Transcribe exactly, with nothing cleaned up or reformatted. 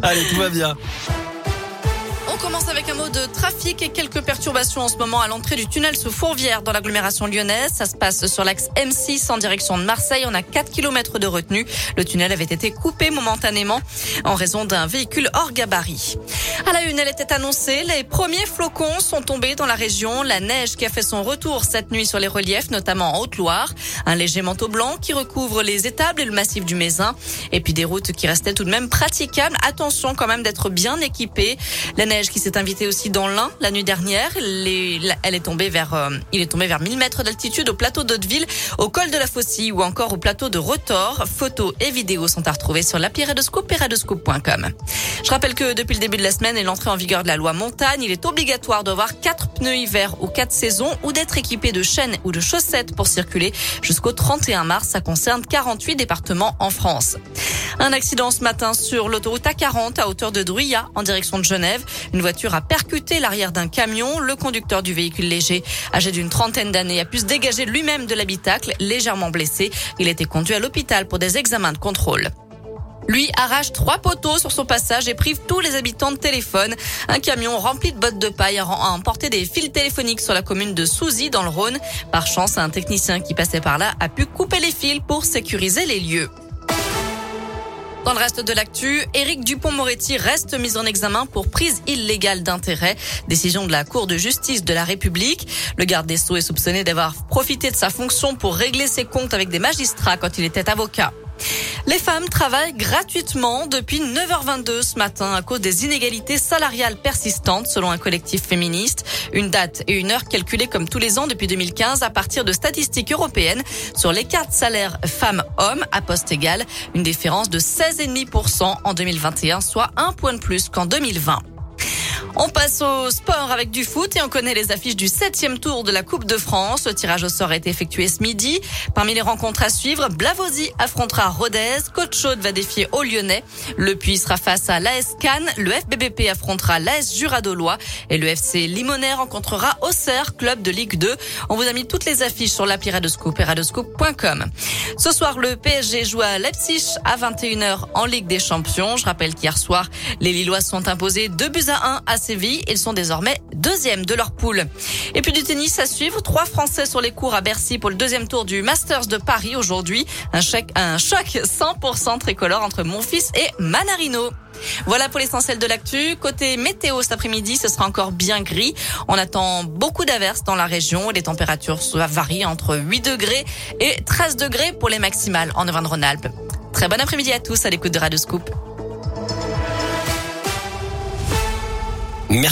Allez, tout va bien. On commence avec un mot de trafic et quelques perturbations en ce moment à l'entrée du tunnel sous Fourvière dans l'agglomération lyonnaise. Ça se passe sur l'axe M six en direction de Marseille. On a quatre kilomètres de retenue. Le tunnel avait été coupé momentanément en raison d'un véhicule hors gabarit. À la une, elle était annoncée. Les premiers flocons sont tombés dans la région. La neige qui a fait son retour cette nuit sur les reliefs, notamment en Haute-Loire. Un léger manteau blanc qui recouvre les étables et le massif du Mézin. Et puis des routes qui restaient tout de même praticables. Attention quand même d'être bien équipés. La neige qui s'est invitée aussi dans l'Ain la nuit dernière. Les, elle est tombée vers, euh, il est tombé vers mille mètres d'altitude au plateau d'Hauteville, au col de la Faucille ou encore au plateau de Retors. Photos et vidéos sont à retrouver sur l'appli Radioscoop et radioscoop point com. Je rappelle que depuis le début de la semaine et l'entrée en vigueur de la loi montagne, il est obligatoire d'avoir quatre pneus hiver ou quatre saisons ou d'être équipé de chaînes ou de chaussettes pour circuler jusqu'au trente et un mars. Ça concerne quarante-huit départements en France. Un accident ce matin sur l'autoroute A quarante à hauteur de Druyat en direction de Genève. Une voiture a percuté l'arrière d'un camion. Le conducteur du véhicule léger, âgé d'une trentaine d'années, a pu se dégager lui-même de l'habitacle, légèrement blessé. Il a été conduit à l'hôpital pour des examens de contrôle. Lui arrache trois poteaux sur son passage et prive tous les habitants de téléphone. Un camion rempli de bottes de paille a emporté des fils téléphoniques sur la commune de Souzy dans le Rhône. Par chance, un technicien qui passait par là a pu couper les fils pour sécuriser les lieux. Dans le reste de l'actu, Éric Dupond-Moretti reste mis en examen pour prise illégale d'intérêt. Décision de la Cour de justice de la République. Le garde des Sceaux est soupçonné d'avoir profité de sa fonction pour régler ses comptes avec des magistrats quand il était avocat. Les femmes travaillent gratuitement depuis neuf heures vingt-deux ce matin à cause des inégalités salariales persistantes selon un collectif féministe. Une date et une heure calculées comme tous les ans depuis deux mille quinze à partir de statistiques européennes sur l'écart de salaire femmes-hommes à poste égal. Une différence de seize virgule cinq pour cent en deux mille vingt et un, soit un point de plus qu'en deux mille vingt. On passe au sport avec du foot et on connaît les affiches du septième tour de la Coupe de France. Le tirage au sort a été effectué ce midi. Parmi les rencontres à suivre, Blavozy affrontera Rodez. Côte-Chaude va défier au Lyonnais. Le Puy sera face à l'A S Cannes. Le F B B P affrontera l'A S Jura-Dolois. Et le F C Limonest rencontrera Auxerre, club de Ligue deux. On vous a mis toutes les affiches sur l'appli Radioscoop et radioscoop point com. Ce soir, le P S G joue à Leipzig à vingt et une heures en Ligue des Champions. Je rappelle qu'hier soir, les Lillois sont imposés deux buts à un à Séville. Ils sont désormais deuxièmes de leur poule. Et puis du tennis à suivre. Trois Français sur les cours à Bercy pour le deuxième tour du Masters de Paris aujourd'hui. Un choc, un choc cent pour cent tricolore entre Monfils et Manarino. Voilà pour l'essentiel de l'actu. Côté météo cet après-midi, ce sera encore bien gris. On attend beaucoup d'averses dans la région. Les températures varient entre huit degrés et treize degrés pour les maximales en Auvergne-Rhône-Alpes. Très bon après-midi à tous à l'écoute de Radioscoop.